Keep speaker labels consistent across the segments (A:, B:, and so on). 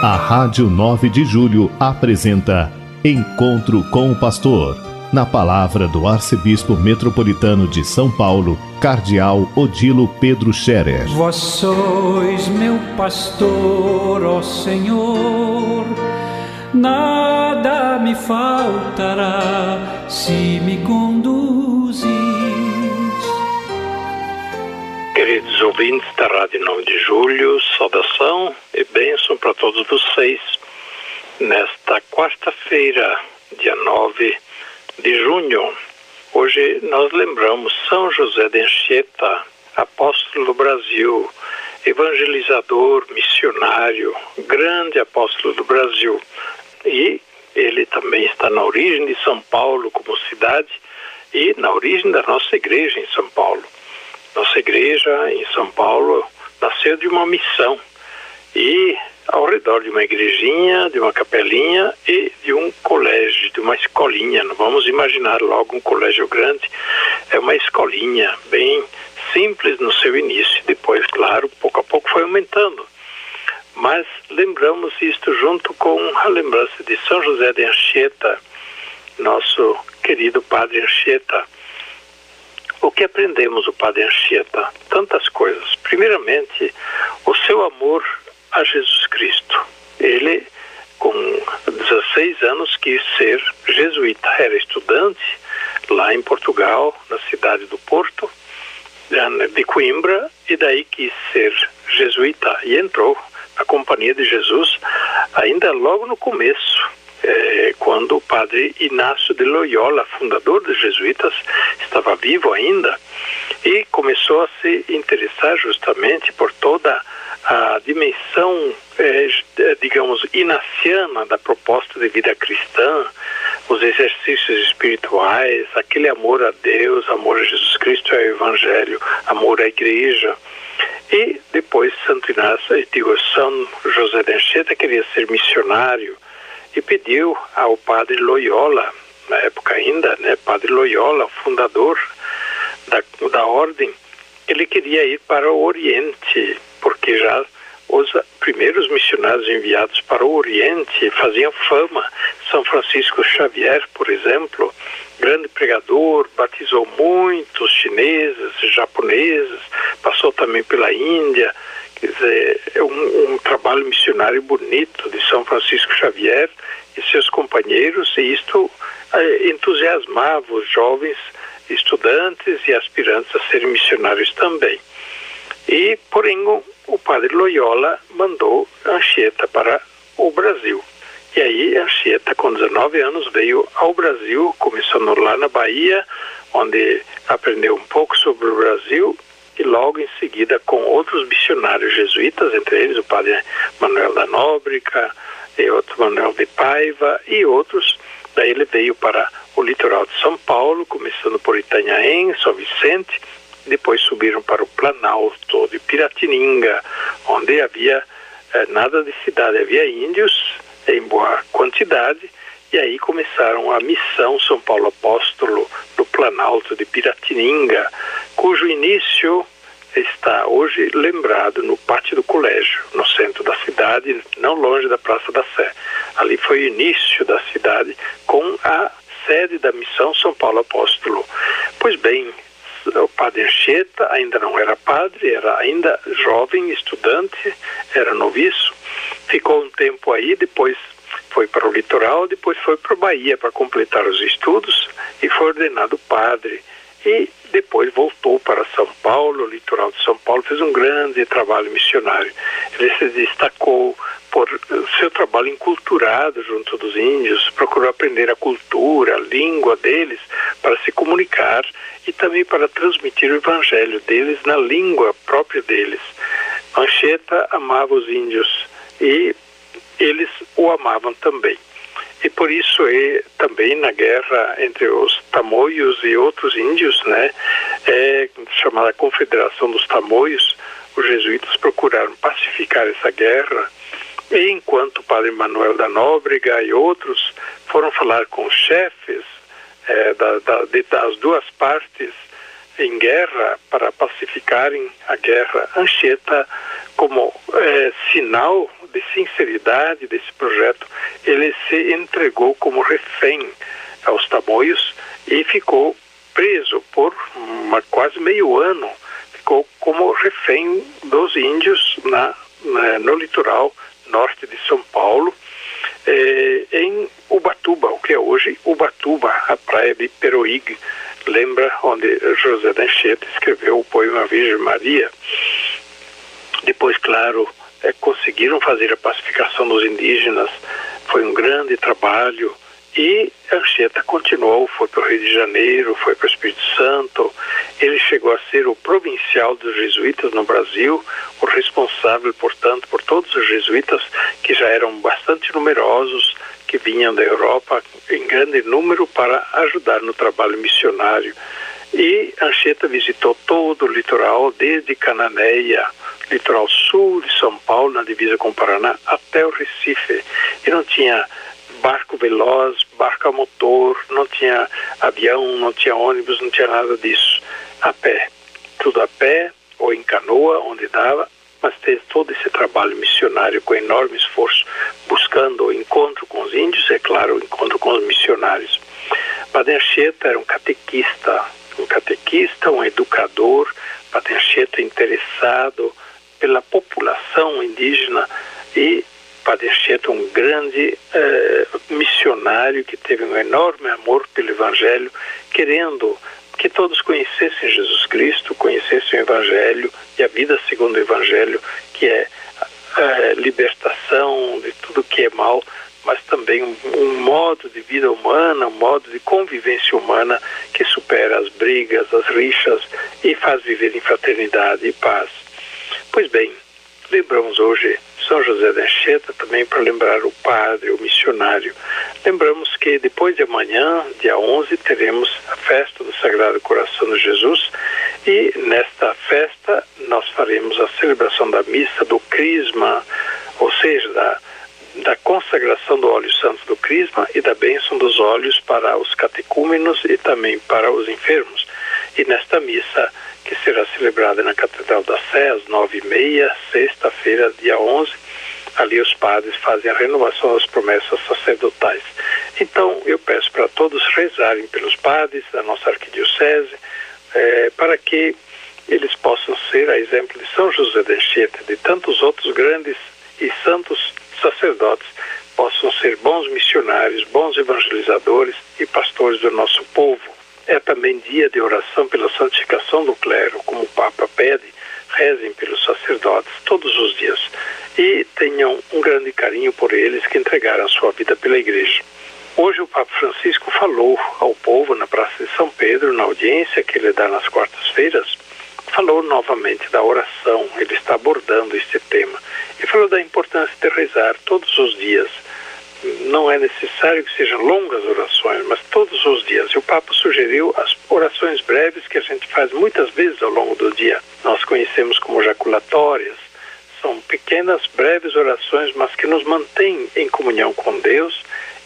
A: A Rádio 9 de Julho apresenta Encontro com o Pastor, na palavra do Arcebispo Metropolitano de São Paulo, Cardeal Odilo Pedro Scherer.
B: Vós sois meu pastor, ó Senhor, nada me faltará se me conduzis.
C: Queridos ouvintes da Rádio 9 de Julho, saudação e bênção para todos vocês. Nesta quarta-feira, dia 9 de junho, hoje nós lembramos São José de Anchieta, apóstolo do Brasil, evangelizador, missionário, grande apóstolo do Brasil. E ele também está na origem de São Paulo como cidade e na origem da nossa igreja em São Paulo. Nossa igreja em São Paulo nasceu de uma missão e ao redor de uma igrejinha, de uma capelinha e de um colégio, de uma escolinha. Não vamos imaginar logo um colégio grande, é uma escolinha bem simples no seu início. Depois, claro, pouco a pouco foi aumentando. Mas lembramos isto junto com a lembrança de São José de Anchieta, nosso querido Padre Anchieta. O que aprendemos do Padre Anchieta? Tantas coisas. Primeiramente, o seu amor a Jesus Cristo. Ele, com 16 anos, quis ser jesuíta. Era estudante lá em Portugal, na cidade do Porto, de Coimbra, e daí quis ser jesuíta. E entrou na Companhia de Jesus ainda logo no começo, quando o padre Inácio de Loyola, fundador dos jesuítas, estava vivo ainda, e começou a se interessar justamente por toda a dimensão, digamos, inaciana da proposta de vida cristã, os exercícios espirituais, aquele amor a Deus, amor a Jesus Cristo e ao Evangelho, amor à Igreja. E depois São José de Anchieta queria ser missionário e pediu ao padre Loyola, na época ainda, padre Loyola, fundador da ordem, ele queria ir para o Oriente, porque já os primeiros missionários enviados para o Oriente faziam fama. São Francisco Xavier, por exemplo, grande pregador, batizou muitos chineses, japoneses, passou também pela Índia. Quer dizer, é um trabalho missionário bonito de São Francisco Xavier e seus companheiros, e isto entusiasmava os jovens estudantes e aspirantes a serem missionários também. E, porém, o padre Loyola mandou Anchieta para o Brasil. E aí Anchieta, com 19 anos, veio ao Brasil, começando lá na Bahia, onde aprendeu um pouco sobre o Brasil, e logo em seguida com outros missionários jesuítas, entre eles o padre Manuel da Nóbrega, e outro Manuel de Paiva e outros. Daí ele veio para o litoral de São Paulo, começando por Itanhaém, São Vicente, depois subiram para o Planalto de Piratininga, onde havia nada de cidade, havia índios em boa quantidade, e aí começaram a missão São Paulo Apóstolo do Planalto de Piratininga, cujo início está hoje lembrado no pátio do colégio, no centro da cidade, não longe da Praça da Sé. Ali foi o início da cidade com a sede da missão São Paulo Apóstolo. Pois bem, o padre Anchieta ainda não era padre, era ainda jovem, estudante, era noviço, ficou um tempo aí, depois foi para o litoral, depois foi para a Bahia para completar os estudos e foi ordenado padre. E depois voltou para São Paulo, o litoral de São Paulo, fez um grande trabalho missionário. Ele se destacou por seu trabalho enculturado junto dos índios, procurou aprender a cultura, a língua deles, para se comunicar e também para transmitir o evangelho deles na língua própria deles. Anchieta amava os índios e eles o amavam também. E por isso também na guerra entre os tamoios e outros índios, chamada Confederação dos Tamoios, os jesuítas procuraram pacificar essa guerra. E enquanto o padre Manuel da Nóbrega e outros foram falar com os chefes das duas partes em guerra para pacificarem a guerra, Anchieta, como sinal de sinceridade desse projeto, ele se entregou como refém aos tamoios e ficou preso por quase meio ano. Ficou como refém dos índios no litoral norte de São Paulo, em Ubatuba, o que é hoje Ubatuba, a praia de Peroig. Lembra onde José da Anchieta escreveu o poema Virgem Maria? Depois, claro, conseguiram fazer a pacificação dos indígenas. Foi um grande trabalho. E Anchieta continuou, foi para o Rio de Janeiro, foi para o Espírito Santo. Ele chegou a ser o provincial dos jesuítas no Brasil, o responsável, portanto, por todos os jesuítas que já eram bastante numerosos, que vinham da Europa em grande número para ajudar no trabalho missionário. E Anchieta visitou todo o litoral, desde Cananéia, litoral sul de São Paulo, na divisa com o Paraná, até o Recife. E não tinha barco veloz, barco a motor, não tinha avião, não tinha ônibus, não tinha nada disso. A pé, tudo a pé ou em canoa, onde dava, mas fez todo esse trabalho missionário com enorme esforço, buscando o encontro com os índios, é claro, o encontro com os missionários. Padre Anchieta era um catequista, um educador. Padre Anchieta interessado pela população indígena e Padre Anchieta, um grande missionário que teve um enorme amor pelo Evangelho, querendo que todos conhecessem Jesus Cristo, conhecessem o Evangelho e a vida segundo o Evangelho, que é a libertação de tudo que é mal, mas também um modo de vida humana, um modo de convivência humana que supera as brigas, as rixas e faz viver em fraternidade e paz. Pois bem, lembramos hoje São José da Anchieta também para lembrar o padre, o missionário. Lembramos que depois de amanhã, dia 11, teremos a festa do Sagrado Coração de Jesus e nesta festa nós faremos a celebração da missa do Crisma, ou seja, da consagração do óleo santo do Crisma e da bênção dos óleos para os catecúmenos e também para os enfermos. E nesta missa, que será celebrada na Catedral da Sé, às 9h30, sexta-feira, dia 11, ali os padres fazem a renovação das promessas sacerdotais. Então, eu peço para todos rezarem pelos padres da nossa arquidiocese, para que eles possam ser, a exemplo de São José da Anchieta e de tantos outros grandes e santos sacerdotes, possam ser bons missionários, bons evangelizadores e pastores do nosso povo. É também dia de oração pela santificação do clero, como o Papa pede, rezem pelos sacerdotes todos os dias e tenham um grande carinho por eles que entregaram a sua vida pela Igreja. Hoje o Papa Francisco falou ao povo na Praça de São Pedro, na audiência que ele dá nas quartas-feiras, falou novamente da oração, ele está abordando este tema e falou da importância de rezar todos os dias. Não é necessário que sejam longas orações, mas todos os dias. E o Papa sugeriu as orações breves que a gente faz muitas vezes ao longo do dia. Nós conhecemos como jaculatórias. São pequenas, breves orações, mas que nos mantêm em comunhão com Deus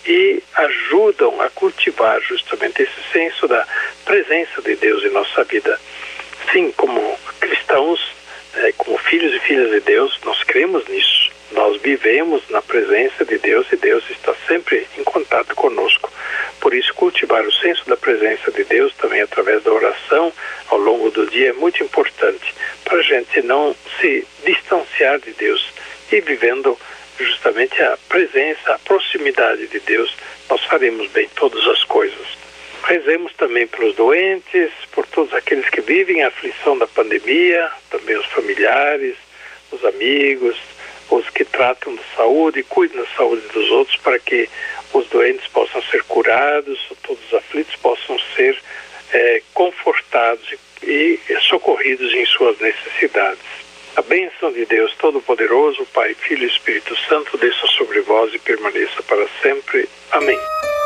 C: e ajudam a cultivar justamente esse senso da presença de Deus em nossa vida. Sim, como cristãos, como filhos e filhas de Deus, nós cremos nisso. Nós vivemos na presença de Deus e Deus está sempre em contato conosco. Por isso, cultivar o senso da presença de Deus também através da oração ao longo do dia é muito importante para a gente não se distanciar de Deus e vivendo justamente a presença, a proximidade de Deus, nós faremos bem todas as coisas. Rezemos também pelos doentes, por todos aqueles que vivem a aflição da pandemia, também os familiares, os amigos, os que tratam da saúde e cuidam da saúde dos outros para que os doentes possam ser curados, todos os aflitos possam ser confortados e socorridos em suas necessidades. A bênção de Deus Todo-Poderoso, Pai, Filho e Espírito Santo, desça sobre vós e permaneça para sempre. Amém.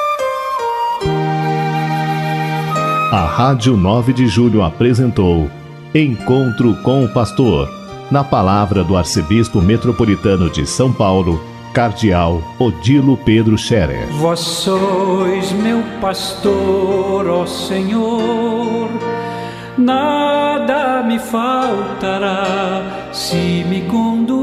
A: A Rádio 9 de Julho apresentou Encontro com o Pastor, na palavra do Arcebispo Metropolitano de São Paulo, Cardeal Odilo Pedro Scherer.
B: Vós sois meu pastor, ó Senhor, nada me faltará se me conduz